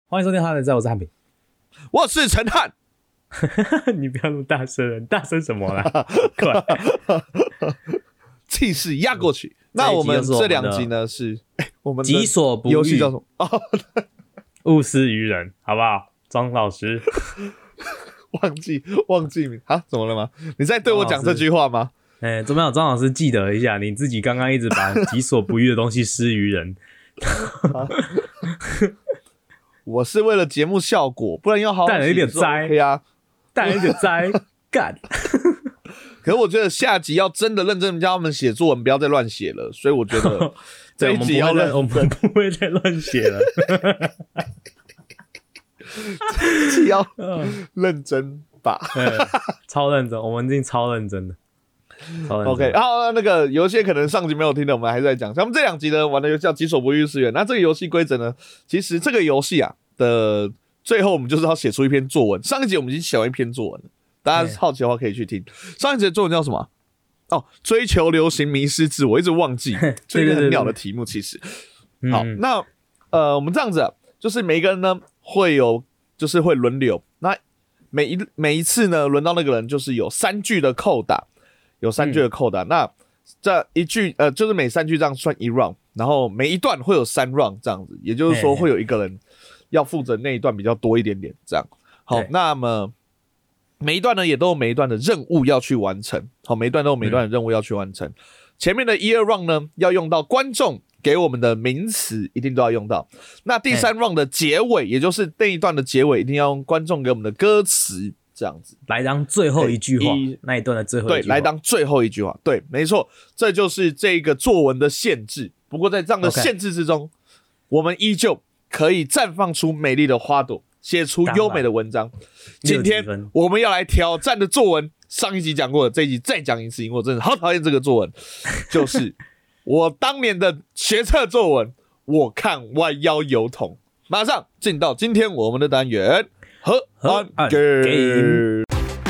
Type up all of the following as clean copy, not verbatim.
欢迎收听《汉人在》，我是汉平， 我是陈汉。 你不要那么大声，大声什么啦？快， 气势压过去。那我们这两集呢是我们的己所不欲， 游戏叫什么？ 勿施于人，好不好？庄老师， 忘记名啊？怎么了吗？你在对我讲这句话吗？ 怎么样？庄老师记得一下，你自己刚刚一直把己所不欲的东西施于人。 我是为了节目效果，不然要好好带了一点栽， 可以啊， 带了一点栽，干。 可是我觉得下集要真的认真教他们写作文，不要再乱写了。所以我觉得这一集要我们不会再乱写了。 这一集要认真吧， 超认真，我们已经超认真的。 OK， 然后那个游戏可能上集没有听的，我们还是在讲。像我们这两集呢玩的游戏叫《己所不欲，施于人》。那这个游戏规则呢，其实这个游戏啊的最后，我们就是要写出一篇作文。上一集我们已经写完一篇作文了，大家好奇的话可以去听。上一集的作文叫什么？哦，追求流行，迷失自我，一直忘记，这个很鸟的题目。其实，好，那我们这样子啊，就是每一个人呢会有，就是会轮流。那每一次呢，轮到那个人就是有3句的扣打。有3句的扣打，那这一句就是每3句这样算1 round， 然后每一段会有3 round 这样子，也就是说会有一个人要负责那一段比较多一点点这样。好，那么每一段呢也都有每一段的任务要去完成。好，每一段都有每一段的任务要去完成。前面的1、2 round 呢要用到观众给我们的名词，一定都要用到。那第3 round 的结尾，也就是那一段的结尾，一定要用观众给我们的歌词。这样子来当最后一句话，那一段的最后一句话， 对，来当最后一句话，对，没错，这就是这个作文的限制。不过在这样的限制之中，我们依旧可以绽放出美丽的花朵，写出优美的文章。今天我们要来挑战的作文，上一集讲过的，这一集再讲一次，因为我真的好讨厌这个作文，就是我当年的学测作文。我看弯腰油桶，马上进到今天我们的单元。河岸 game，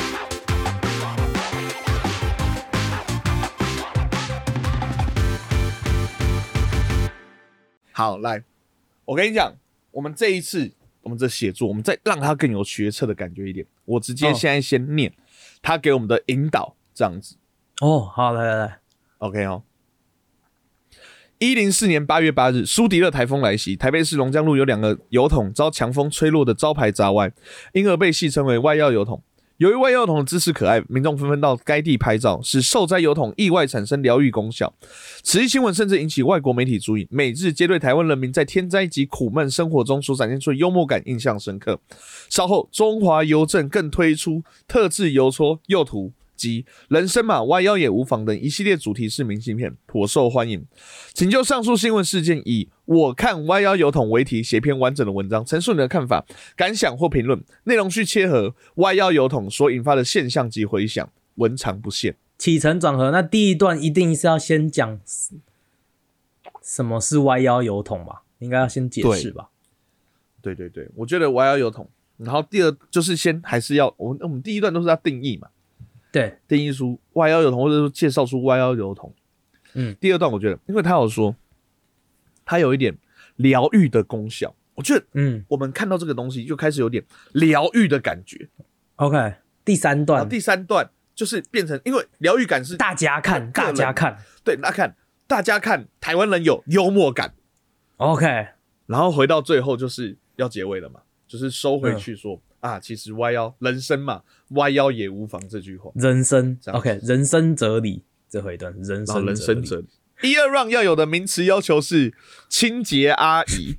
好，来，我跟你讲，我们这一次，我们这写作，我们再让它更有学测的感觉一点。我直接现在先念他给我们的引导，这样子。 哦，好，来 ，OK 哦。104年8月8日，苏迪勒台风来袭，台北市龙江路有2个油桶遭强风吹落的招牌砸歪，因而被戏称为歪腰油桶。由于歪腰油桶的姿势可爱，民众纷纷到该地拍照，使受灾油桶意外产生疗愈功效。此一新闻甚至引起外国媒体注意，每日皆对台湾人民在天灾及苦闷生活中所展现出的幽默感印象深刻。稍后，中华邮政更推出特制邮戳、右图及人生嘛，歪腰也无妨等一系列主题式明信片，颇受欢迎。请就上述新闻事件以我看歪腰油桶为题，写篇完整的文章，陈述你的看法、感想或评论，内容需切合歪腰油桶所引发的现象及回响，文长不限。 起承转合，那第一段一定是要先讲什么是歪腰油桶吧？应该要先解释吧？ 对，我觉得歪腰油桶，然后第二就是还是要我们第一段都是要定义嘛。 对， 定义出歪腰油桶，或者说介绍出歪腰油桶。第二段我觉得，因为他有说，他有一点疗愈的功效，我觉得，我们看到这个东西就开始有点疗愈的感觉。 OK， 第3段就是变成，因为疗愈感是大家看， 对，大家看，台湾人有幽默感。 OK， 然后回到最后就是要结尾了嘛，就是收回去说。其实歪腰人生嘛，歪腰也无妨这句话。 人生 OK， 人生哲理最后一段，人生哲理。 1、2 round 要有的名词要求是清洁阿姨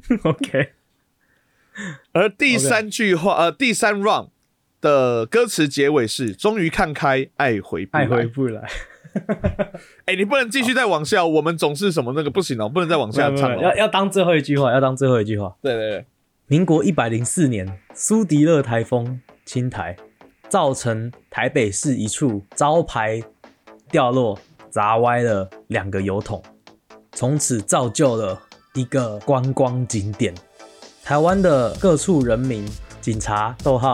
OK， 而第3句话第3 round 的歌词结尾是终于看开，爱回不来。你不能继续再往下，我们总是什么那个不行不能再往下唱要当最后一句话， 对。 民国104年，苏迪勒台风侵台，造成台北市一处招牌掉落，砸歪了2个油桶，从此造就了一个观光景点。台湾的各处人民、警察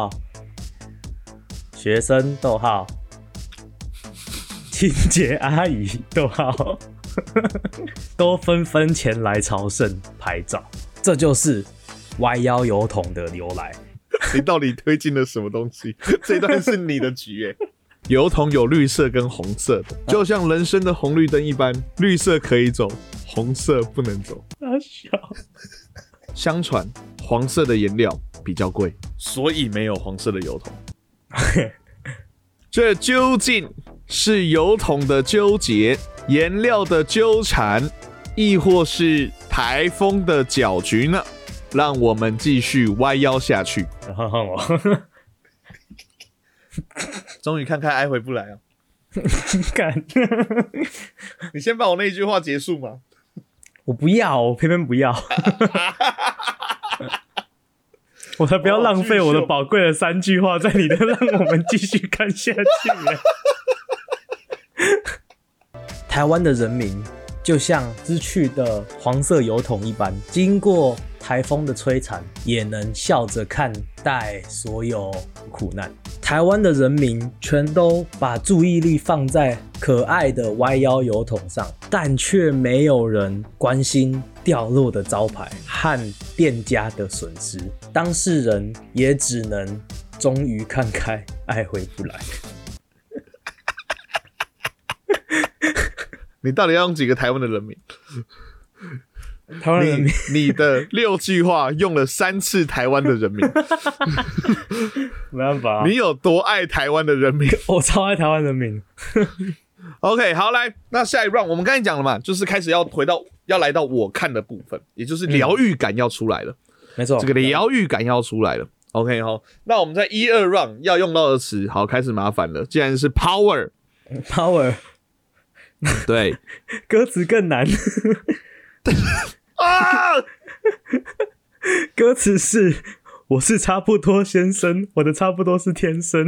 （学生）清洁阿姨都纷纷前来朝圣拍照，这就是歪腰油桶的由来。 你到底推进了什么东西？这一段是你的局耶。油桶有绿色跟红色的，就像人生的红绿灯一般，绿色可以走，红色不能走。相传黄色的颜料比较贵，所以没有黄色的油桶。这究竟是油桶的纠结、颜料的纠缠，亦或是台风的搅局呢？让我们继续歪腰下去。终于看看哀回不来啊！ 干， 你先把我那一句话结束嘛。 我不要，我偏偏不要。我才不要浪费我的宝贵的3句话在你的让我们继续看下去。台湾的人民就像失去的黄色油桶一般，经过台风的摧残，也能笑着看待所有苦难。台湾的人民全都把注意力放在可爱的歪腰油桶上，但却没有人关心掉落的招牌和店家的损失。当事人也只能终于看开，爱回不来。 你到底要用几个台湾的人民？ 台湾人民， 你的6句话用了3次台湾的人民， 没办法、 你有多爱台湾的人民？ 我超爱台湾人民。 OK， 好，来，那下一 round 我们刚才讲了嘛，就是开始要来到我看的部分，也就是疗愈感要出来了。 没错， 这个疗愈感要出来了。OK， 好，那我们在1、2 round 要用到的词，好，开始麻烦了，既然是 power， 对， 歌词更难。 啊！ 歌词是我是差不多先生，我的差不多是天生。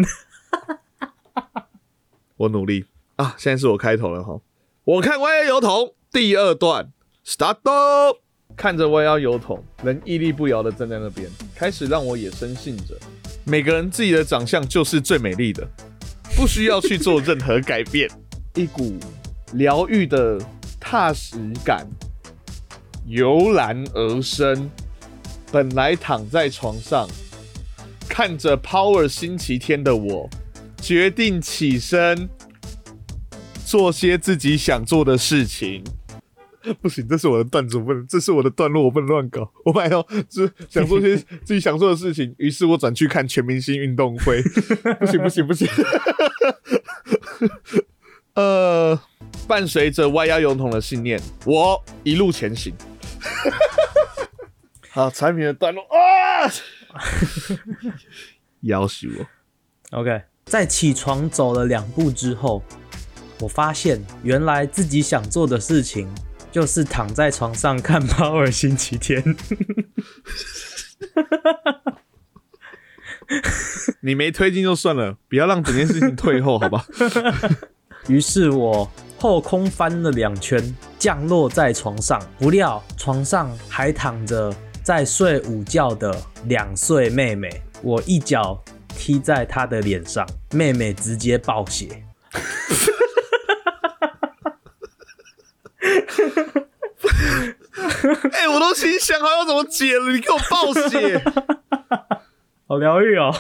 我努力啊！现在是我开头了哈。我看歪腰油桶第2段 ，start。看着歪腰油桶，人屹立不摇的站在那边，开始让我也深信着，每个人自己的长相就是最美丽的，不需要去做任何改变。一股疗愈的踏实感油然而生。本来躺在床上，看着 Power 星期天的我，决定起身，做些自己想做的事情。不行，这是我的段子，这是我的段落，我不能乱搞。我本来要想做些自己想做的事情，于是我转去看全明星运动会。不行。伴随着歪腰油桶的信念，我一路前行。好，产品的段落啊，要死我。 OK， 在起床走了2步之后，我发现原来自己想做的事情就是躺在床上看 Power 星期天。 你没推进就算了，不要让整件事情退后，好吧？ 于是我后空翻了2圈，降落在床上，不料床上还躺着在睡午觉的2岁妹妹，我一脚踢在她的脸上，妹妹直接爆血。 我都心想好要怎么解了，你给我爆血， 好疗愈哦。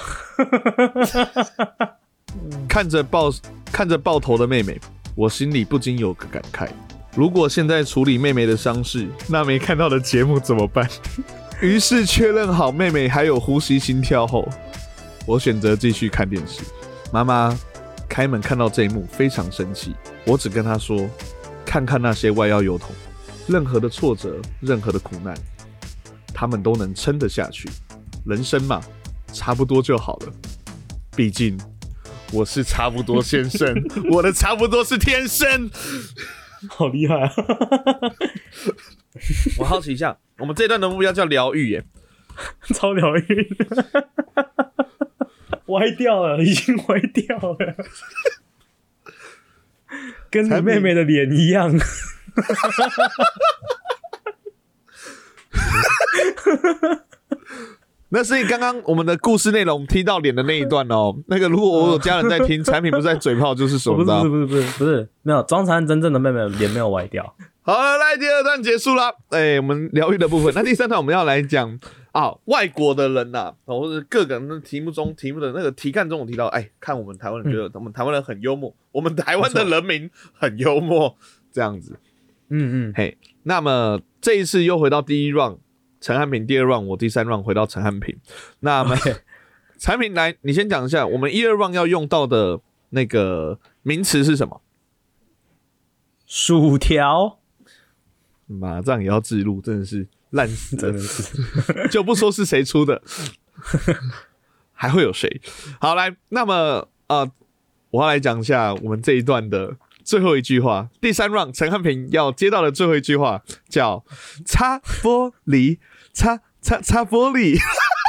看着爆头的妹妹，我心里不禁有个感慨：如果现在处理妹妹的伤势，那没看到的节目怎么办？于是确认好妹妹还有呼吸心跳后，我选择继续看电视。妈妈开门看到这一幕非常生气，我只跟她说：看看那些歪腰油桶，任何的挫折，任何的苦难，他们都能撑得下去。人生嘛，差不多就好了。毕竟我是差不多先生，我的差不多是天生。 好厉害啊！ 我好奇一下，我们这段的目标叫疗愈耶， 超疗愈，歪掉了，已经歪掉了，跟你妹妹的脸一样。 那是刚刚我们的故事内容踢到脸的那一段哦。那个如果我有家人在听，产品不是在嘴炮就是什么？ 不是，没有庄禅真正的妹妹脸没有歪掉。 好了，来第2段结束了。我们疗愈的部分。那第3段我们要来讲外国的人呐，或者各个人题目的那个题干中有提到，看我们台湾人觉得我们台湾人很幽默，我们台湾的人民很幽默，这样子。嘿，那么这一次又回到第一 round， 陈汉平，第二 round 我，第三 round 回到陈汉平。那么陈汉平来，你先讲一下，我们1、2 round 要用到的那个名词是什么？ 薯条。 马上也要置入，真的是烂死了，真的是，就不说是谁出的，还会有谁？好，来，那么我要来讲一下我们这一段的最后一句话。第三 round 陈汉平要接到的最后一句话叫“擦玻璃，擦玻璃”。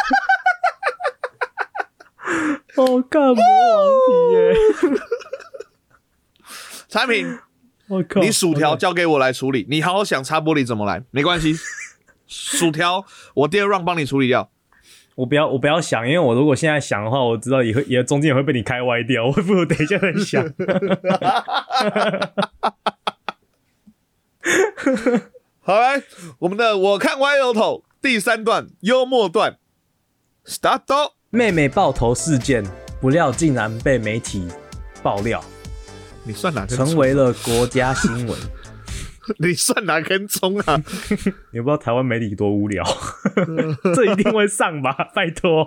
哦，干魔王题耶！ 陈汉平。你薯条交给我来处理，你好好想擦玻璃怎么来，没关系，薯条我第二 round 帮你处理掉。 我不要想，因为我如果现在想的话，我知道也中间也会被你开歪掉，我不如等一下再想。 好来，我们的我看歪楼头第3段幽默段 ，start。 妹妹爆头事件，不料竟然被媒体爆料。 你算哪根成为了国家新闻？ 你算哪根葱啊？ 你不知道台湾媒体多无聊，这一定会上吧？拜托！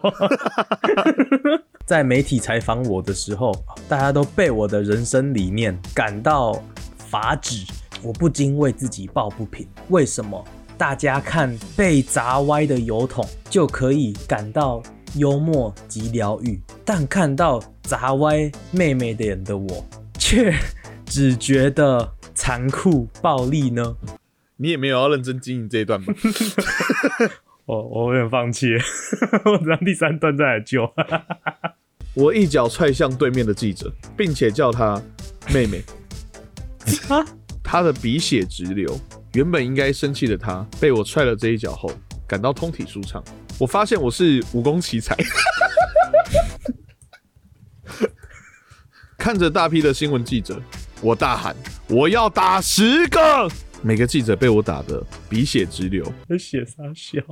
在媒体采访我的时候，大家都被我的人生理念感到发指，我不禁为自己抱不平：为什么大家看被砸歪的油桶就可以感到幽默及疗愈，但看到砸歪妹妹的人的我，却只觉得残酷暴力呢？ 你也没有要认真经营这一段吧？ 我有点放弃了，我只让第3段再来救。 我一脚踹向对面的记者，并且叫他妹妹。他的鼻血直流，原本应该生气的他，被我踹了这一脚后，感到通体舒畅。我发现我是武功奇才。看着大批的新闻记者，我大喊：“我要打10个！”每个记者被我打得鼻血直流。 血啥笑？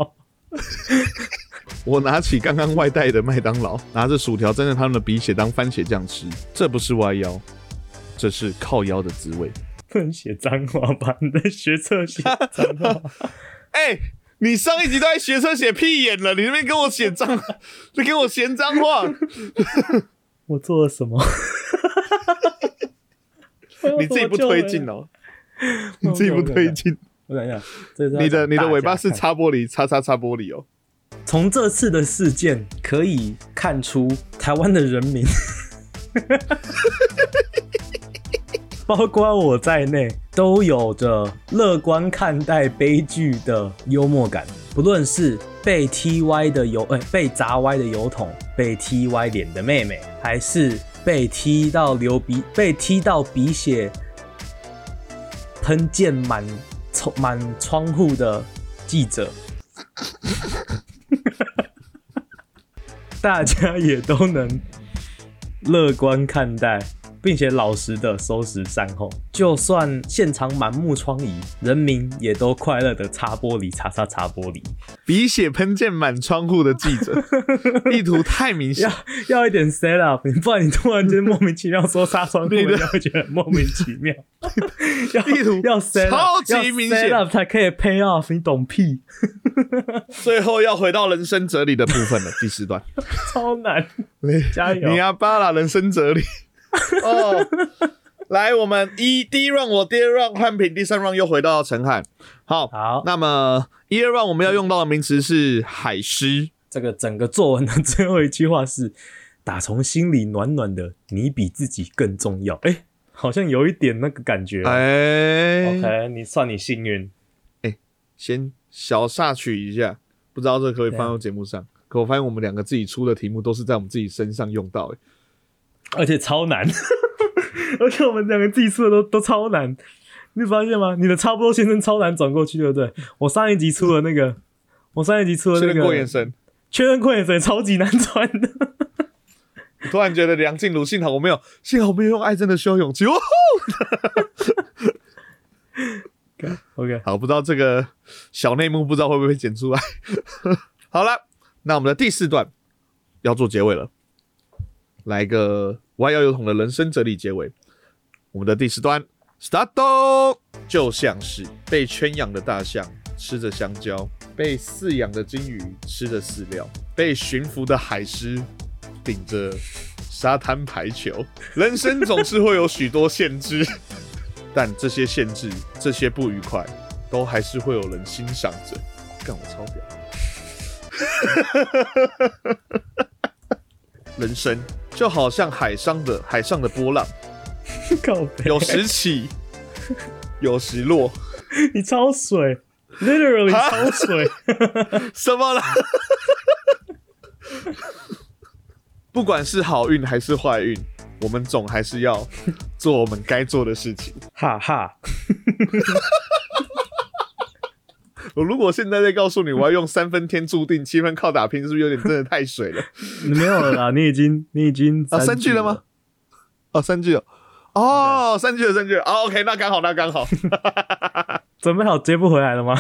我拿起刚刚外带的麦当劳，拿着薯条沾着他们的鼻血当番茄酱吃。这不是歪腰，这是靠腰的滋味。 不能写脏话吧？你在学测写脏话？ 你上一集都在学车写屁眼了，你那边跟我写脏，你跟我嫌脏话。 我做了什么？ 你自己不推进哦，你自己不推进。 我想一下， 你的尾巴是擦玻璃，擦玻璃哦。 从这次的事件可以看出，台湾的人民，包括我在内，都有着乐观看待悲剧的幽默感。不论是被踢歪的被砸歪的油桶，被踢歪脸的妹妹，还是被踢到鼻血喷溅满窗户的记者，大家也都能乐观看待，并且老实的收拾善后。就算现场满目疮痍，人民也都快乐的擦玻璃，擦玻璃。 鼻血喷溅满窗户的记者，意图太明显， 要一点 set up， 不然你突然间莫名其妙说擦窗户，人家会觉得莫名其妙。 意图要 set up， 超级明显 ，set up 才可以 pay off， 你懂屁？ 最后要回到人生哲理的部分了，第4段， 超难，加油！ 你阿巴拉人生哲理。哦，来，我们第一 round 我，第2 round 汉平，第3 round 又回到陈汉。好，那么1、2 round 我们要用到的名词是海狮。 这个整个作文的最后一句话是：打从心里暖暖的，你比自己更重要。好像有一点那个感觉。OK， 你算你幸运。 先小插曲一下，不知道这可不可以放到节目上。可我发现我们2个自己出的题目都是在我们自己身上用到， 而且超难。而且我们2个自己出的都超难，你发现吗？你的差不多先生超难转过去，对不对？我上一集出的那个确认过眼神超级难转的。 突然觉得梁静茹幸好我没有用爱真的需要勇气。 OK， 好，不知道这个小内幕不知道会不会被剪出来。 好了，那我们的第4段要做结尾了，来一个弯腰油桶的人生哲理结尾。我们的第4段 start， 就像是被圈养的大象吃着香蕉，被饲养的金鱼吃着饲料，被驯服的海狮顶着沙滩排球。人生总是会有许多限制，但这些限制、这些不愉快，都还是会有人欣赏着。干，我超屌！人生就好像海上的波浪，有时起，有时落。 你超水 ，literally 超水。 什么啦？不管是好运还是坏运，我们总还是要做我们该做的事情。 哈哈。 我如果现在再告诉你我要用3分天注定7分靠打拼，是不是有点真的太水了？ 没有了啦，你已经 3句了吗？哦，3句了。哦，3句了。哦 ，OK， 那刚好。 准备好接不回来了吗？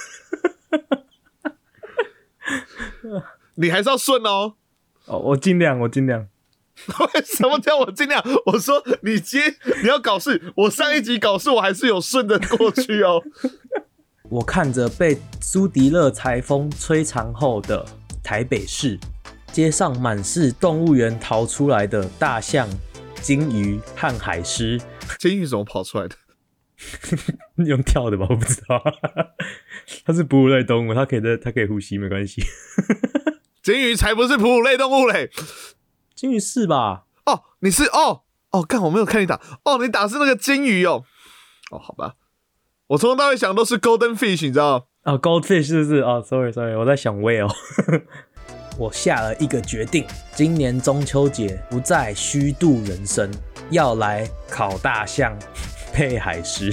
你还是要顺哦。 哦，我尽量。 为什么叫我尽量？我说你要搞事，我上一集搞事我还是有顺的过去哦。 我看着被苏迪勒台风吹长后的台北市，街上满是动物园逃出来的大象、金鱼和海狮。 金鱼怎么跑出来的？ 用跳的吧，我不知道。它是哺乳类动物，它可以呼吸，没关系。 金鱼才不是哺乳类动物嘞！ 金鱼是吧？ 哦，你是哦，干我没有看你打哦，你打是那个金鱼哦。哦，好吧。我从头到尾想都是 golden fish， 你知道吗？ 哦 ，goldfish 是不是？哦 ，sorry， 我在想 whale。我下了一个决定，今年中秋节不再虚度人生，要来烤大象配海狮。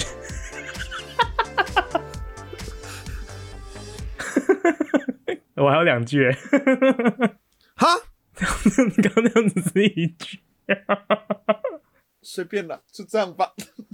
我还有2句耶。 哈？ 你刚刚那样子是1句。 随便啦，就这样吧。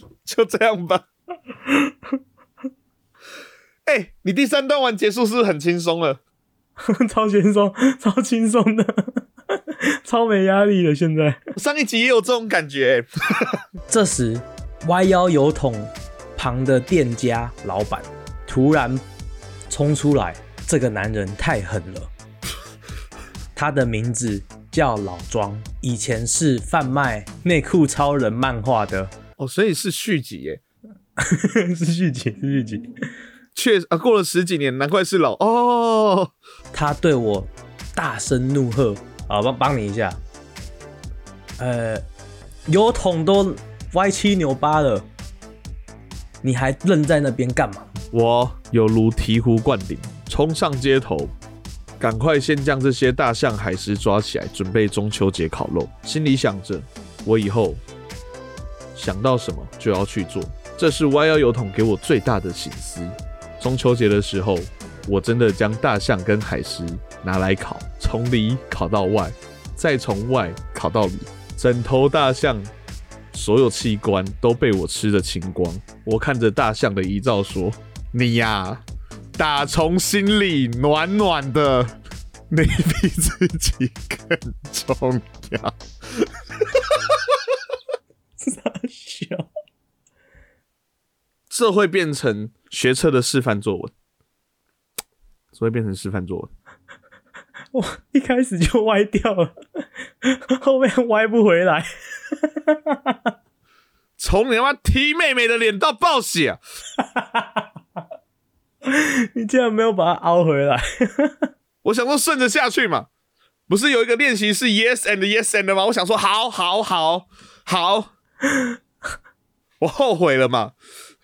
你第3段完结束是不是很轻松了？ 超轻松，超轻松的，超没压力的。现在上一集也有这种感觉。 这时，歪腰油桶旁的店家老板突然冲出来，这个男人太狠了。他的名字叫老庄，以前是贩卖内裤超人漫画的。 哦，所以是续集耶。 是续集。 过了10几年，难怪是老哦。 他对我大声怒喝，帮你一下。油桶都歪七扭八了，你还愣在那边干嘛？ 我有如醍醐灌顶，冲上街头，赶快先将这些大象海狮抓起来，准备中秋节烤肉。心里想着，我以后想到什么就要去做，这是歪腰油桶给我最大的省思。中秋节的时候，我真的将大象跟海狮拿来烤，从里烤到外，再从外烤到里，整头大象所有器官都被我吃得清光。我看着大象的遗照说：“你呀，打从心里暖暖的，你比自己更重要。” 傻笑。 这会变成学测的示范作文， 我一开始就歪掉了，后面歪不回来。 从你他妈踢妹妹的脸到爆血， 你竟然没有把它凹回来。 我想说顺着下去嘛，不是有一个练习是 yes and yes and 吗？我想说好，我后悔了嘛。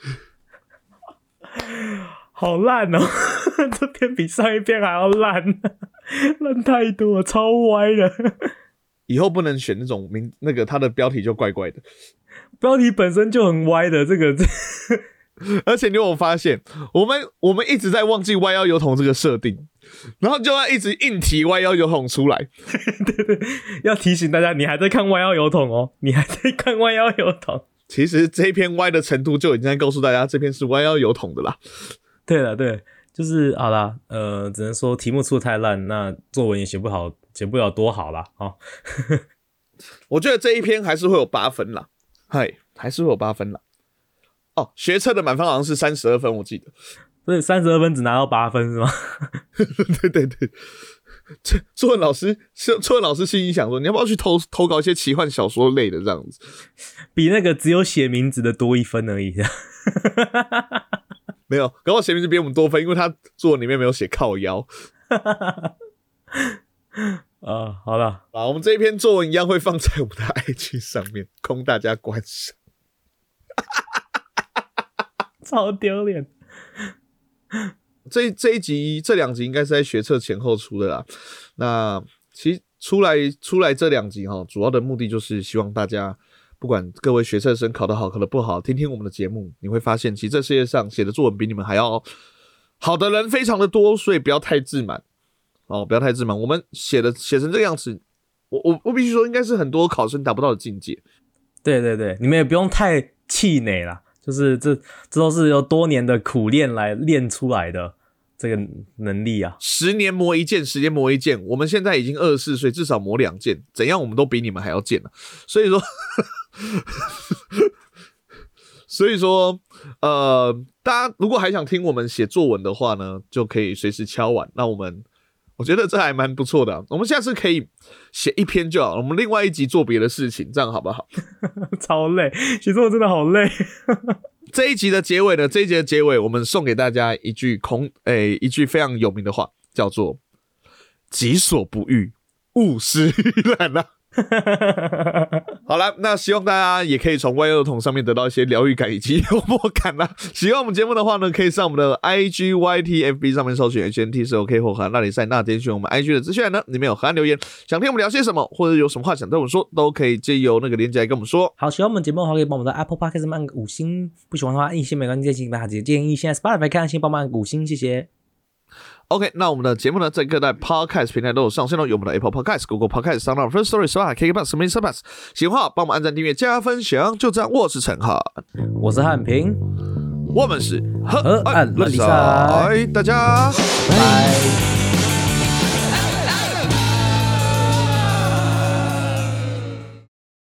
好烂哦，这篇比上一篇还要烂，烂太多了，超歪的。 以后不能选那个他的标题就怪怪的， 标题本身就很歪的这个。 而且你有没有发现，我们一直在忘记歪腰油桶这个设定，然后就要一直硬提歪腰油桶出来。 对，要提醒大家，你还在看歪腰油桶哦，其实这一篇歪的程度就已经在告诉大家，这篇是歪腰油桶的啦。 对， 就是好啦，只能说题目出的太烂，那作文也写不好，写不了多好啦。哦， 我觉得这一篇还是会有8分啦，还是会有8分啦。哦，学测的满分好像是32分，我记得。 所以32分只拿到8分是吗？ 对对对，作文老师心里想说，你要不要去投稿一些奇幻小说类的这样子？ 比那个只有写名字的多1分而已。 没有，搞不好写名字比我们多分，因为他作文里面没有写靠腰。 好了， 我们这一篇作文一样会放在我们的 IG 上面，供大家观赏。 超丢脸。 这2集应该是在学测前后出的啦。那其实出来这2集主要的目的就是希望大家，不管各位学测生考得好考得不好，听听我们的节目，你会发现其实这世界上写的作文比你们还要好的人非常的多，所以不要太自满不要太自满。我们写成这个样子，我必须说应该是很多考生达不到的境界。 对对对，你们也不用太气馁啦，就是这都是由多年的苦练来练出来的这个能力啊。10 年磨一剑，我们现在已经24岁，至少磨2剑，怎样我们都比你们还要剑啊。所以说大家如果还想听我们写作文的话呢，就可以随时敲碗。那我觉得这还蛮不错的我们下次可以写1篇就好，我们另外1集做别的事情，这样好不好？ 超累，写作文真的好累。 这一集的结尾，我们送给大家一句非常有名的话，叫做“己所不欲，勿施于人”啊。好了，那希望大家也可以从歪儿童上面得到一些疗愈感以及幽默感啦。喜欢我们节目的话呢，可以上我们的 IG、YT、FB 上面搜寻 HNT4OK 或河岸大联赛，那点选我们 IG 的资讯栏呢，里面有河岸留言，想听我们聊些什么，或者有什么话想对我们说，都可以借由那个连结来跟我们说。 好，喜欢我们节目的话，可以帮我们的 Apple Podcast 按个5星，不喜欢的话，一星没关系，请大家直接建议现在 Spotify 看先帮忙按个5星，谢谢。 OK， 那我们的节目呢，在各大 Podcast 平台都有上线了，有我们的 Apple Podcast、Google Podcast、SoundOn、Firstory、Spotify、KKBOX、什么意思 Podcast， 喜欢的话帮我们按赞、订阅、加分享。就这样，我是陈浩， 我是汉平， 我们是河岸乱理赛， 大家拜。